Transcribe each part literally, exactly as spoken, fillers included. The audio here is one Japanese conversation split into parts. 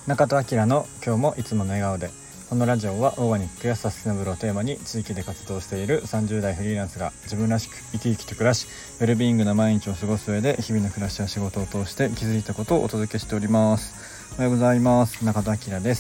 中戸明の今日もいつもの笑顔で。このラジオはオーガニックやサステナブルをテーマに地域で活動しているさんじゅう代フリーランスが自分らしく生き生きと暮らし、ウェルビーイングな毎日を過ごす上で日々の暮らしや仕事を通して気づいたことをお届けしております。おはようございます。中戸明です。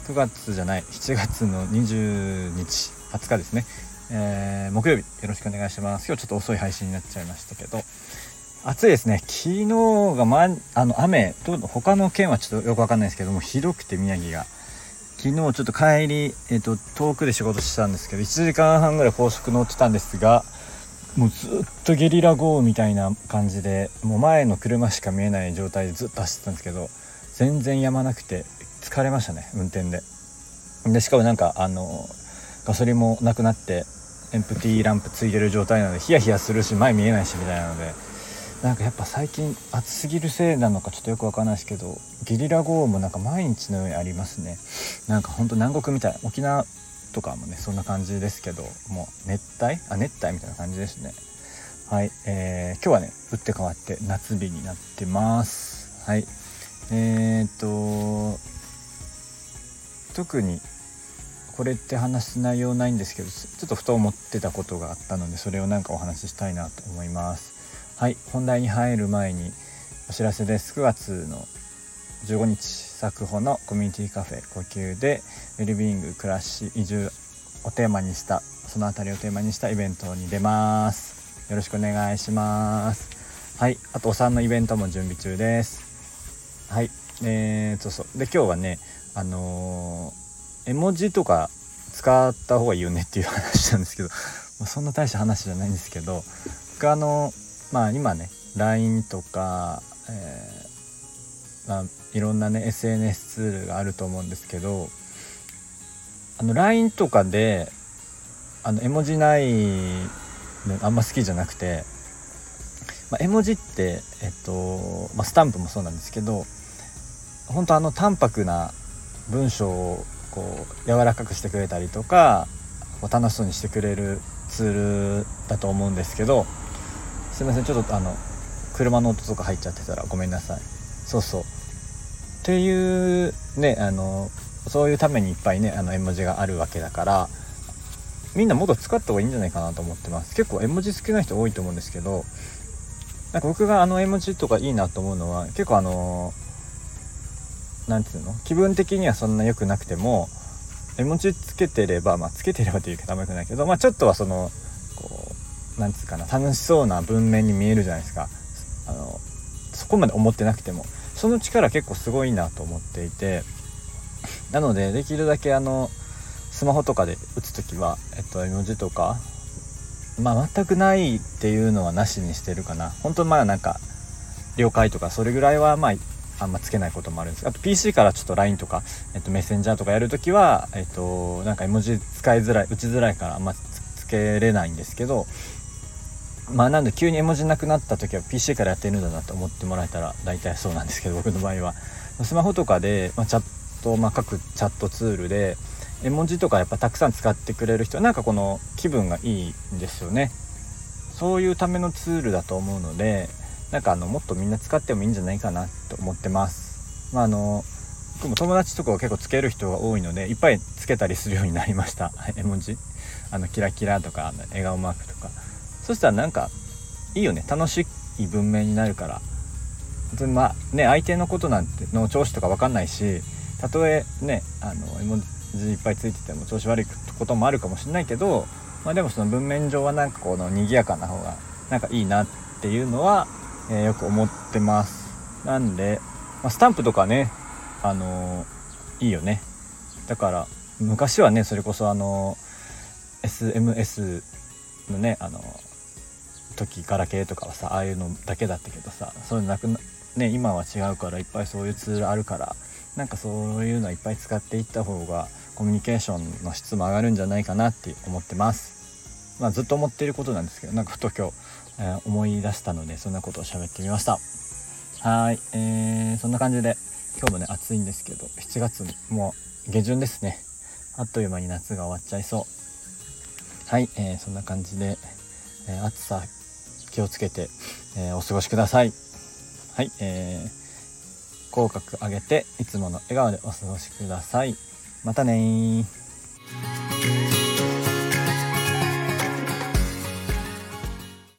くがつじゃないしちがつのにじゅうにちはつかですね、えー、木曜日よろしくお願いします。今日ちょっと遅い配信になっちゃいましたけど、暑いですね。昨日が、ま、あの雨と他の県はちょっとよくわかんないですけども、ひどくて宮城が昨日ちょっと帰り、えー、と遠くで仕事したんですけどいちじかんはんぐらい高速乗ってたんですが、もうずっとゲリラ豪雨みたいな感じで、もう前の車しか見えない状態でずっと走ってたんですけど、全然やまなくて疲れましたね、運転で。でしかもなんかあのガソリンもなくなってエンプティーランプついてる状態なのでヒヤヒヤするし前見えないしみたいなので、なんかやっぱ最近暑すぎるせいなのかちょっとよくわかんないですけど、ゲリラ豪雨もなんか毎日のようにありますね。なんかほんと南国みたい。沖縄とかもねそんな感じですけど、もう熱帯あ熱帯みたいな感じですね。はい、えー、今日はね打って変わって夏日になってます。はい、えーっと特にこれって話す内容ないんですけど、ちょっとふと思ってたことがあったので、それをなんかお話ししたいなと思います。はい、本題に入る前にお知らせです。くがつのじゅうごにち、佐久穂のコミュニティカフェ呼吸でウェルビーイング、暮らし、移住をテーマにした、そのあたりをテーマにしたイベントに出ます。よろしくお願いします。はい、あとお産のイベントも準備中です。はい、えー、そうそうで今日はね、あのー、絵文字とか使った方がいいよねっていう話なんですけど、そんな大した話じゃないんですけど、僕あのまあ今ね ライン とか、えーまあ、いろんなね エスエヌエス ツールがあると思うんですけど、あの ライン とかであの絵文字ないのあんま好きじゃなくて、まあ、絵文字ってえっと、まあ、スタンプもそうなんですけど、本当あの淡白な文章をこう柔らかくしてくれたりとか、こう楽しそうにしてくれるツールだと思うんですけど、すいません、ちょっとあの車の音とか入っちゃってたらごめんなさい。そうそうっていうね、あのそういうためにいっぱいねあの絵文字があるわけだから、みんなもっと使った方がいいんじゃないかなと思ってます。結構絵文字好きな人多いと思うんですけど、なんか僕があの絵文字とかいいなと思うのは、結構あのなんていうの、気分的にはそんな良くなくても絵文字つけてれば、まあつけてればという言い方も良くないけど、まあちょっとはそのこうなんつうかな、楽しそうな文面に見えるじゃないですか。あのそこまで思ってなくてもその力結構すごいなと思っていて、なのでできるだけあのスマホとかで打つときは、えっと、絵文字とか、まあ全くないっていうのはなしにしてるかな。本当まあなんか了解とかそれぐらいはまああんまつけないこともあるんです。あと ピーシー からちょっと ライン とか、えっと、メッセンジャーとかやるときは、えっと、なんか絵文字使いづらい打ちづらいからあんま つ, つけれないんですけど、まあなんで急に絵文字なくなった時は ピーシー からやってるんだなと思ってもらえたら大体そうなんですけど、僕の場合はスマホとかで、まあ、チャット、まあ、各チャットツールで絵文字とかやっぱたくさん使ってくれる人はなんかこの気分がいいんですよね。そういうためのツールだと思うので、なんかあのもっとみんな使ってもいいんじゃないかなと思ってます。まああの僕も友達とかを結構つける人が多いのでいっぱいつけたりするようになりました。絵文字あのキラキラとか笑顔マークとか、そしたらなんかいいよね、楽しい文面になるから。まあね、相手のことなんての調子とか分かんないし、たとえねあの絵文字いっぱいついてても調子悪いこともあるかもしれないけど、まあでもその文面上はなんかこの賑やかな方がなんかいいなっていうのは、えー、よく思ってます。なんで、まあ、スタンプとかねあのー、いいよね。だから昔はねそれこそあの エスエムエス のねあの時ガラケーとかはさああいうのだけだったけどさ、そういうのなくなね今は違うからいっぱいそういうツールあるから、なんかそういうのいっぱい使っていった方がコミュニケーションの質も上がるんじゃないかなって思ってます。まあずっと思っていることなんですけど、なんかふと今日、えー、思い出したのでそんなことを喋ってみました。はい、えー、そんな感じで今日もね暑いんですけど、しちがつもう下旬ですね。あっという間に夏が終わっちゃいそう。はい、えー、そんな感じで、えー、暑さ気をつけて、えー、お過ごしください。はい、え口角上げていつもの笑顔でお過ごしください。またねー。